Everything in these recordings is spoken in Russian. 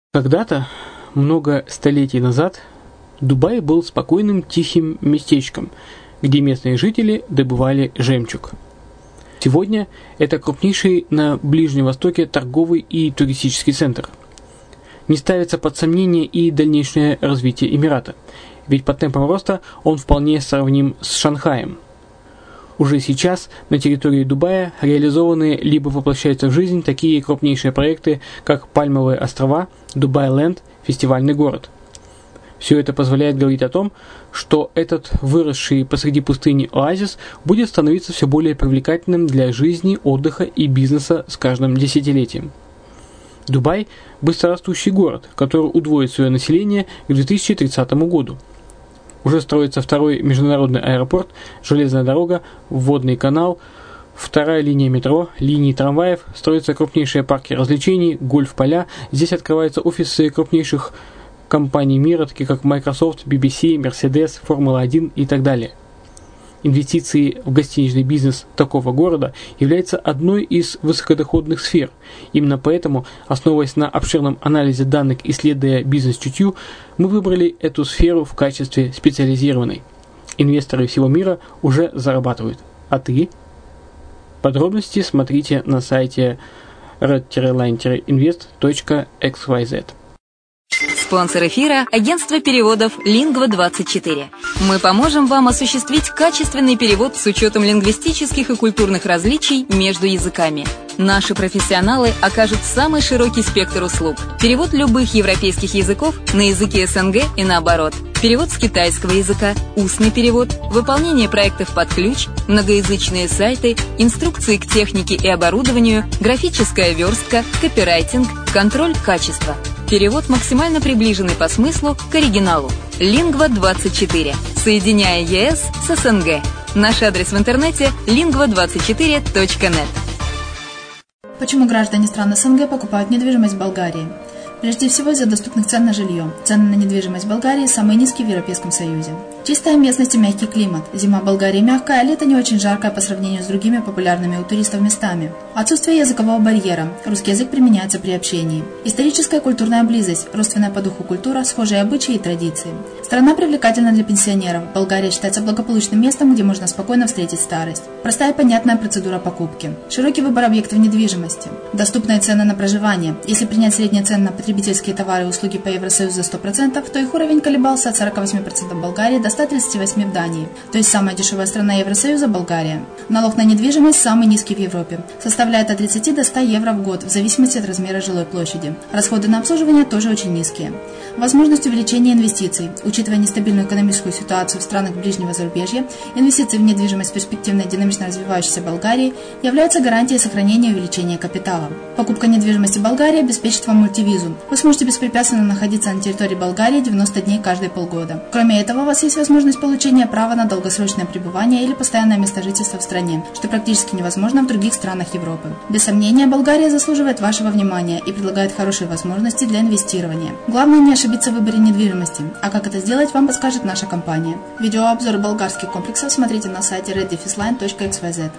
Когда-то, много столетий назад, Дубай был спокойным тихим местечком, где местные жители добывали жемчуг. Сегодня это крупнейший на Ближнем Востоке торговый и туристический центр. Не ставится под сомнение и дальнейшее развитие Эмирата, ведь по темпам роста он вполне сравним с Шанхаем. Уже сейчас на территории Дубая реализованы либо воплощаются в жизнь такие крупнейшие проекты, как Пальмовые острова, Дубай-Ленд, фестивальный город. Все это позволяет говорить о том, что этот выросший посреди пустыни оазис будет становиться все более привлекательным для жизни, отдыха и бизнеса с каждым десятилетием. Дубай – быстрорастущий город, который удвоит свое население к 2030 году. Уже строится второй международный аэропорт, железная дорога, водный канал, вторая линия метро, линии трамваев, строятся крупнейшие парки развлечений, гольф-поля. Здесь открываются офисы крупнейших компаний мира, таких как Microsoft, BBC, Mercedes, Формула-1 и так далее. Инвестиции в гостиничный бизнес такого города являются одной из высокодоходных сфер. Именно поэтому, основываясь на обширном анализе данных, исследуя бизнес-чутью, мы выбрали эту сферу в качестве специализированной. Инвесторы всего мира уже зарабатывают. А ты? Подробности смотрите на сайте red-line-invest.xyz. Спонсор эфира – агентство переводов Lingva24. Мы поможем вам осуществить качественный перевод с учетом лингвистических и культурных различий между языками. Наши профессионалы окажут самый широкий спектр услуг. Перевод любых европейских языков на языки СНГ и наоборот. Перевод с китайского языка, устный перевод, выполнение проектов под ключ, многоязычные сайты, инструкции к технике и оборудованию, графическая верстка, копирайтинг, контроль качества. Перевод максимально приближенный по смыслу к оригиналу. Lingva24. Соединяя ЕС с СНГ. Наш адрес в интернете lingva24.net. Почему граждане стран СНГ покупают недвижимость в Болгарии? Прежде всего из-за доступных цен на жилье. Цены на недвижимость в Болгарии самые низкие в Европейском Союзе. Чистая местность и мягкий климат. Зима в Болгарии мягкая, а лето не очень жаркое по сравнению с другими популярными у туристов местами. Отсутствие языкового барьера. Русский язык применяется при общении. Историческая и культурная близость. Родственная по духу культура, схожие обычаи и традиции. Страна привлекательна для пенсионеров. Болгария считается благополучным местом, где можно спокойно встретить старость. Простая и понятная процедура покупки. Широкий выбор объектов недвижимости. Доступные цены на проживание. Если принять средние цены на потребительские товары и услуги по Евросоюзу за 100%, то их уровень колебался от 48% в Болгарии до 138% в Дании. То есть самая дешевая страна Евросоюза – Болгария. Налог на недвижимость самый низкий в Европе. Составляет от 30 до 100 евро в год, в зависимости от размера жилой площади. Расходы на обслуживание тоже очень низкие. Возможность увеличения инвестиций. Учитывая нестабильную экономическую ситуацию в странах ближнего зарубежья, инвестиции в недвижимость в перспективной динамично развивающейся Болгарии являются гарантией сохранения и увеличения капитала. Покупка недвижимости в Болгарии обеспечит вам мультивизу. Вы сможете беспрепятственно находиться на территории Болгарии 90 дней каждые полгода. Кроме этого, у вас есть возможность получения права на долгосрочное пребывание или постоянное место жительства в стране, что практически невозможно в других странах Европы. Без сомнения, Болгария заслуживает вашего внимания и предлагает хорошие возможности для инвестирования. Главное не ошибиться в выборе недвижимости, а как это сделать, вам подскажет наша компания. Видеообзор болгарских комплексов смотрите на сайте red-line.xyz.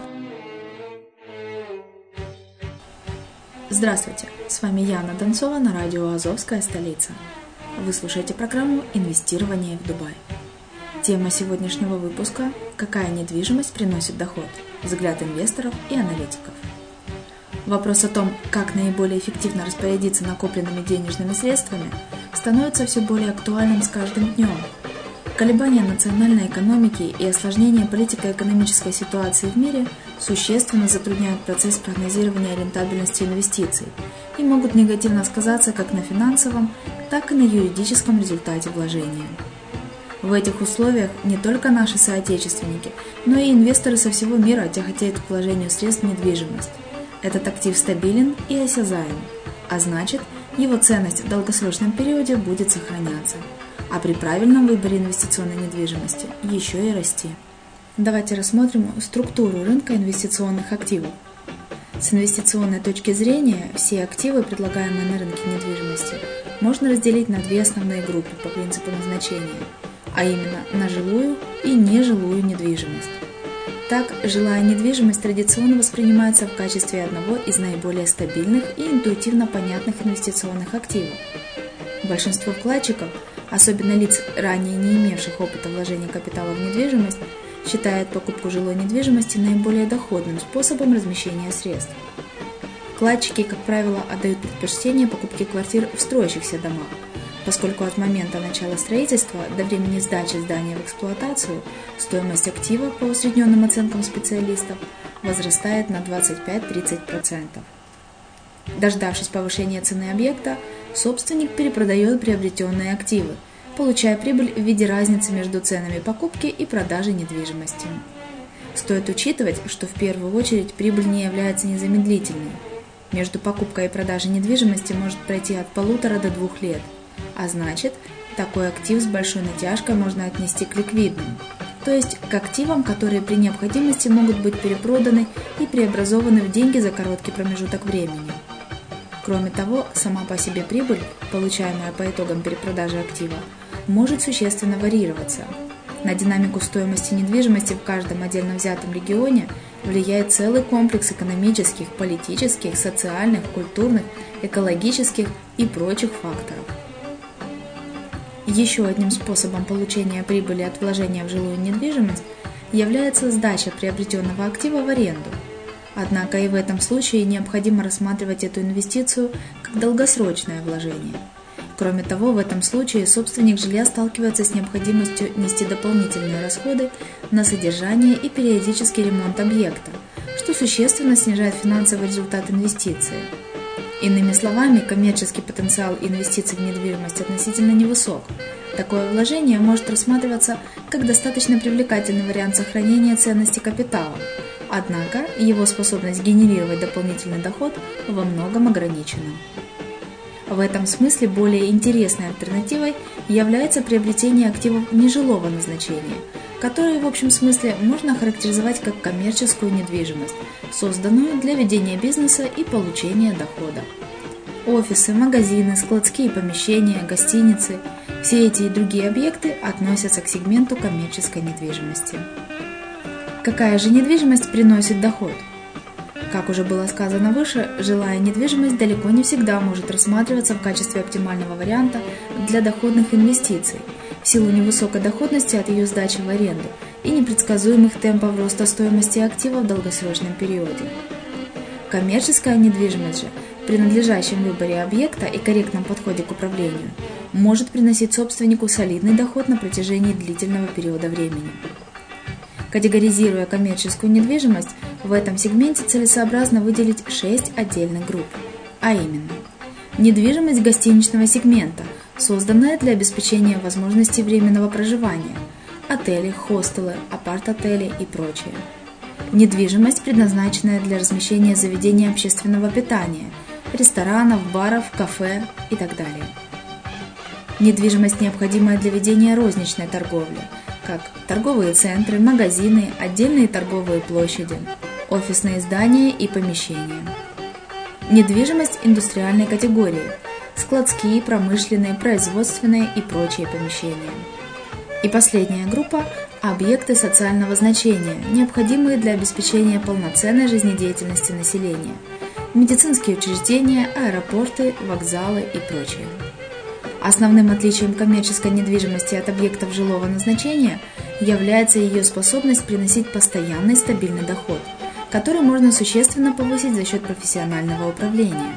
Здравствуйте, с вами Яна Донцова на радио «Азовская столица». Вы слушаете программу «Инвестирование в Дубай». Тема сегодняшнего выпуска – какая недвижимость приносит доход? Взгляд инвесторов и аналитиков. Вопрос о том, как наиболее эффективно распорядиться накопленными денежными средствами, становится все более актуальным с каждым днем. Колебания национальной экономики и осложнение политико-экономической ситуации в мире существенно затрудняют процесс прогнозирования рентабельности инвестиций и могут негативно сказаться как на финансовом, так и на юридическом результате вложения. В этих условиях не только наши соотечественники, но и инвесторы со всего мира тяготеют к вложению средств в недвижимость. Этот актив стабилен и осязаем, а значит, его ценность в долгосрочном периоде будет сохраняться, а при правильном выборе инвестиционной недвижимости еще и расти. Давайте рассмотрим структуру рынка инвестиционных активов. С инвестиционной точки зрения все активы, предлагаемые на рынке недвижимости, можно разделить на две основные группы по принципу назначения, а именно на жилую и нежилую недвижимость. Так, жилая недвижимость традиционно воспринимается в качестве одного из наиболее стабильных и интуитивно понятных инвестиционных активов. Большинство вкладчиков, особенно лиц, ранее не имевших опыта вложения капитала в недвижимость, считают покупку жилой недвижимости наиболее доходным способом размещения средств. Вкладчики, как правило, отдают предпочтение покупке квартир в строящихся домах, поскольку от момента начала строительства до времени сдачи здания в эксплуатацию стоимость актива по усредненным оценкам специалистов возрастает на 25-30%. Дождавшись повышения цены объекта, собственник перепродает приобретенные активы, получая прибыль в виде разницы между ценами покупки и продажи недвижимости. Стоит учитывать, что в первую очередь прибыль не является незамедлительной. Между покупкой и продажей недвижимости может пройти от 1,5 до 2 лет, а значит, такой актив с большой натяжкой можно отнести к ликвидным, то есть к активам, которые при необходимости могут быть перепроданы и преобразованы в деньги за короткий промежуток времени. Кроме того, сама по себе прибыль, получаемая по итогам перепродажи актива, может существенно варьироваться. На динамику стоимости недвижимости в каждом отдельно взятом регионе влияет целый комплекс экономических, политических, социальных, культурных, экологических и прочих факторов. Еще одним способом получения прибыли от вложения в жилую недвижимость является сдача приобретенного актива в аренду. Однако и в этом случае необходимо рассматривать эту инвестицию как долгосрочное вложение. Кроме того, в этом случае собственник жилья сталкивается с необходимостью нести дополнительные расходы на содержание и периодический ремонт объекта, что существенно снижает финансовый результат инвестиции. Иными словами, коммерческий потенциал инвестиций в недвижимость относительно невысок. Такое вложение может рассматриваться как достаточно привлекательный вариант сохранения ценности капитала, однако его способность генерировать дополнительный доход во многом ограничена. В этом смысле более интересной альтернативой является приобретение активов нежилого назначения, которые в общем смысле можно охарактеризовать как коммерческую недвижимость, созданную для ведения бизнеса и получения дохода. Офисы, магазины, складские помещения, гостиницы – все эти и другие объекты относятся к сегменту коммерческой недвижимости. Какая же недвижимость приносит доход? Как уже было сказано выше, жилая недвижимость далеко не всегда может рассматриваться в качестве оптимального варианта для доходных инвестиций, в силу невысокой доходности от ее сдачи в аренду и непредсказуемых темпов роста стоимости актива в долгосрочном периоде. Коммерческая недвижимость же, при надлежащем выборе объекта и корректном подходе к управлению, может приносить собственнику солидный доход на протяжении длительного периода времени. Категоризируя коммерческую недвижимость, в этом сегменте целесообразно выделить 6 отдельных групп, а именно: недвижимость гостиничного сегмента, созданная для обеспечения возможностей временного проживания, отели, хостелы, апарт-отели и прочее; недвижимость, предназначенная для размещения заведений общественного питания, ресторанов, баров, кафе и так далее; недвижимость, необходимая для ведения розничной торговли, как торговые центры, магазины, отдельные торговые площади, офисные здания и помещения; недвижимость индустриальной категории, складские, промышленные, производственные и прочие помещения. И последняя группа – объекты социального значения, необходимые для обеспечения полноценной жизнедеятельности населения, медицинские учреждения, аэропорты, вокзалы и прочее. Основным отличием коммерческой недвижимости от объектов жилого назначения является ее способность приносить постоянный стабильный доход, который можно существенно повысить за счет профессионального управления.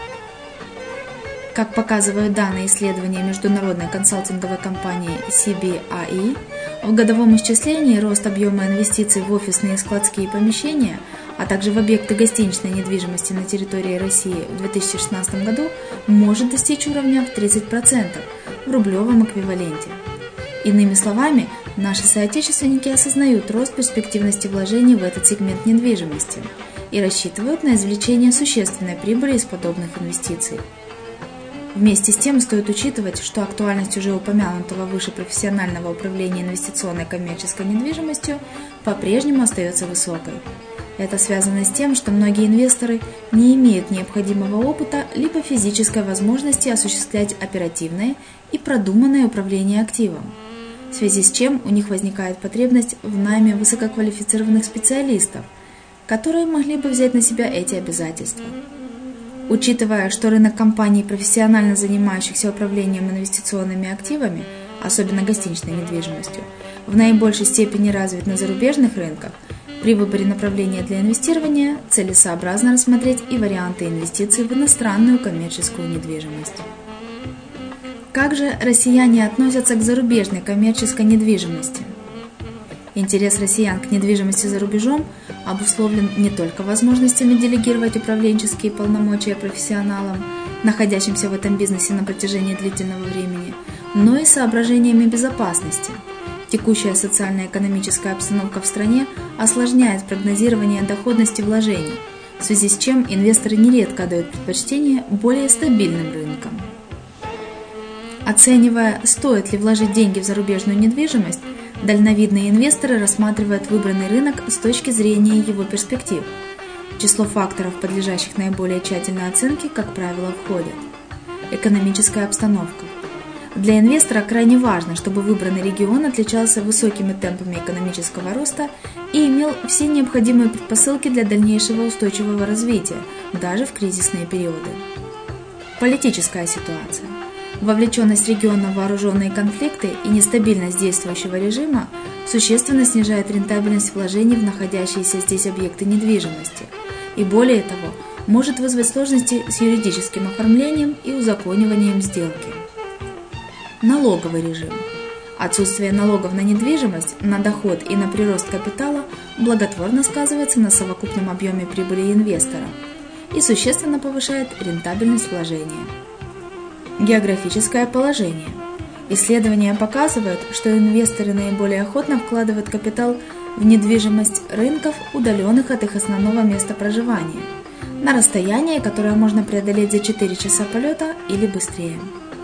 Как показывают данные исследования международной консалтинговой компании CBRE, в годовом исчислении рост объема инвестиций в офисные и складские помещения, а также в объекты гостиничной недвижимости на территории России в 2016 году может достичь уровня в 30% в рублевом эквиваленте. Иными словами, наши соотечественники осознают рост перспективности вложений в этот сегмент недвижимости и рассчитывают на извлечение существенной прибыли из подобных инвестиций. Вместе с тем стоит учитывать, что актуальность уже упомянутого выше профессионального управления инвестиционной коммерческой недвижимостью по-прежнему остается высокой. Это связано с тем, что многие инвесторы не имеют необходимого опыта либо физической возможности осуществлять оперативное и продуманное управление активом, в связи с чем у них возникает потребность в найме высококвалифицированных специалистов, которые могли бы взять на себя эти обязательства. Учитывая, что рынок компаний, профессионально занимающихся управлением инвестиционными активами, особенно гостиничной недвижимостью, в наибольшей степени развит на зарубежных рынках, при выборе направления для инвестирования целесообразно рассмотреть и варианты инвестиций в иностранную коммерческую недвижимость. Как же россияне относятся к зарубежной коммерческой недвижимости? Интерес россиян к недвижимости за рубежом обусловлен не только возможностями делегировать управленческие полномочия профессионалам, находящимся в этом бизнесе на протяжении длительного времени, но и соображениями безопасности. Текущая социально-экономическая обстановка в стране осложняет прогнозирование доходности вложений, в связи с чем инвесторы нередко дают предпочтение более стабильным рынкам. Оценивая, стоит ли вложить деньги в зарубежную недвижимость, дальновидные инвесторы рассматривают выбранный рынок с точки зрения его перспектив. В число факторов, подлежащих наиболее тщательной оценке, как правило, входят: экономическая обстановка. Для инвестора крайне важно, чтобы выбранный регион отличался высокими темпами экономического роста и имел все необходимые предпосылки для дальнейшего устойчивого развития, даже в кризисные периоды. Политическая ситуация. Вовлеченность региона в вооруженные конфликты и нестабильность действующего режима существенно снижает рентабельность вложений в находящиеся здесь объекты недвижимости и, более того, может вызвать сложности с юридическим оформлением и узакониванием сделки. Налоговый режим. Отсутствие налогов на недвижимость, на доход и на прирост капитала благотворно сказывается на совокупном объеме прибыли инвестора и существенно повышает рентабельность вложения. Географическое положение. Исследования показывают, что инвесторы наиболее охотно вкладывают капитал в недвижимость рынков, удаленных от их основного места проживания, на расстояние, которое можно преодолеть за 4 часа полета или быстрее.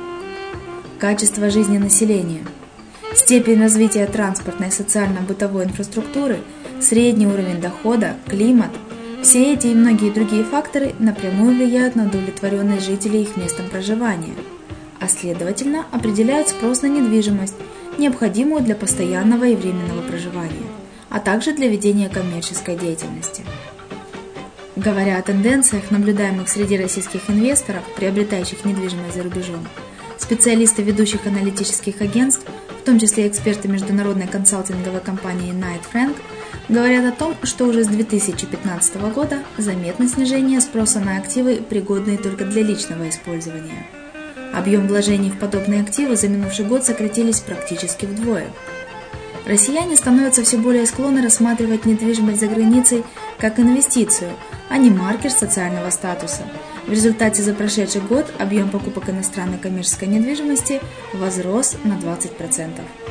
Качество жизни населения. Степень развития транспортной и социально-бытовой инфраструктуры, средний уровень дохода, климат – все эти и многие другие факторы напрямую влияют на удовлетворенность жителей их местом проживания, а следовательно определяют спрос на недвижимость, необходимую для постоянного и временного проживания, а также для ведения коммерческой деятельности. Говоря о тенденциях, наблюдаемых среди российских инвесторов, приобретающих недвижимость за рубежом, специалисты ведущих аналитических агентств, в том числе эксперты международной консалтинговой компании Knight Frank, говорят о том, что уже с 2015 года заметно снижение спроса на активы, пригодные только для личного использования. Объем вложений в подобные активы за минувший год сократились практически вдвое. Россияне становятся все более склонны рассматривать недвижимость за границей как инвестицию, а не маркер социального статуса. В результате за прошедший год объем покупок иностранной коммерческой недвижимости возрос на 20%.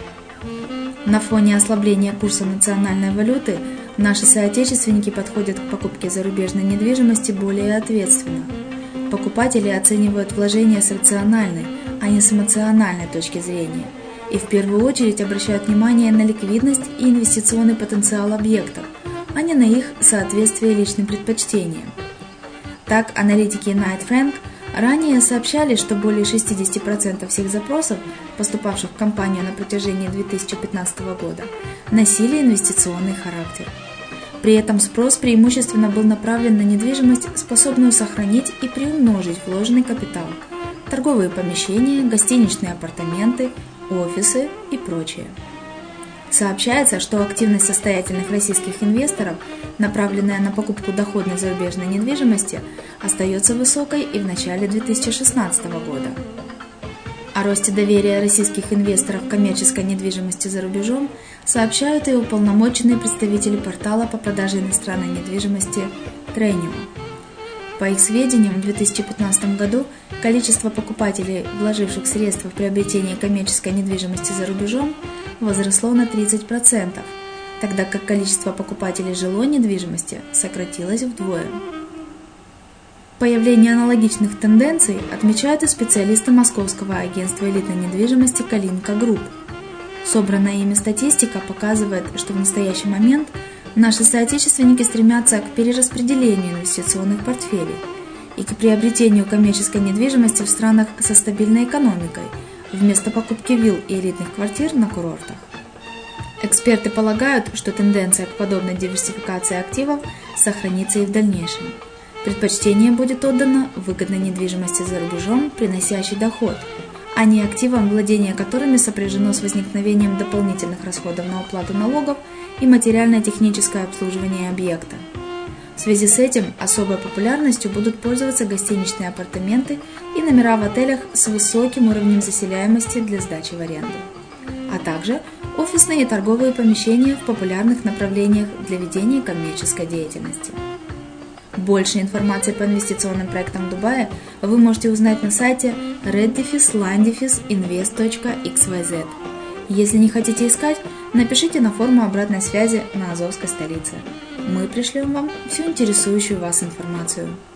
На фоне ослабления курса национальной валюты наши соотечественники подходят к покупке зарубежной недвижимости более ответственно. Покупатели оценивают вложения с рациональной, а не с эмоциональной точки зрения и в первую очередь обращают внимание на ликвидность и инвестиционный потенциал объектов, а не на их соответствие личным предпочтениям. Так, аналитики Knight Frank ранее сообщали, что более 60% всех запросов, поступавших в компанию на протяжении 2015 года, носили инвестиционный характер. При этом спрос преимущественно был направлен на недвижимость, способную сохранить и приумножить вложенный капитал, торговые помещения, гостиничные апартаменты, офисы и прочее. Сообщается, что активность состоятельных российских инвесторов, направленная на покупку доходной зарубежной недвижимости, остается высокой и в начале 2016 года. О росте доверия российских инвесторов к коммерческой недвижимости за рубежом сообщают и уполномоченные представители портала по продаже иностранной недвижимости Trenium. По их сведениям, в 2015 году количество покупателей, вложивших средства в приобретение коммерческой недвижимости за рубежом, возросло на 30%, тогда как количество покупателей жилой недвижимости сократилось вдвое. Появление аналогичных тенденций отмечают и специалисты Московского агентства элитной недвижимости «Калинка Групп». Собранная ими статистика показывает, что в настоящий момент наши соотечественники стремятся к перераспределению инвестиционных портфелей и к приобретению коммерческой недвижимости в странах со стабильной экономикой, вместо покупки вилл и элитных квартир на курортах. Эксперты полагают, что тенденция к подобной диверсификации активов сохранится и в дальнейшем. Предпочтение будет отдано выгодной недвижимости за рубежом, приносящей доход, а не активам, владение которыми сопряжено с возникновением дополнительных расходов на уплату налогов и материально-техническое обслуживание объекта. В связи с этим особой популярностью будут пользоваться гостиничные апартаменты и номера в отелях с высоким уровнем заселяемости для сдачи в аренду, а также офисные и торговые помещения в популярных направлениях для ведения коммерческой деятельности. Больше информации по инвестиционным проектам в Дубае вы можете узнать на сайте red-land-invest.xyz. Если не хотите искать, напишите на форму обратной связи на Азовской столице. Мы пришлем вам всю интересующую вас информацию.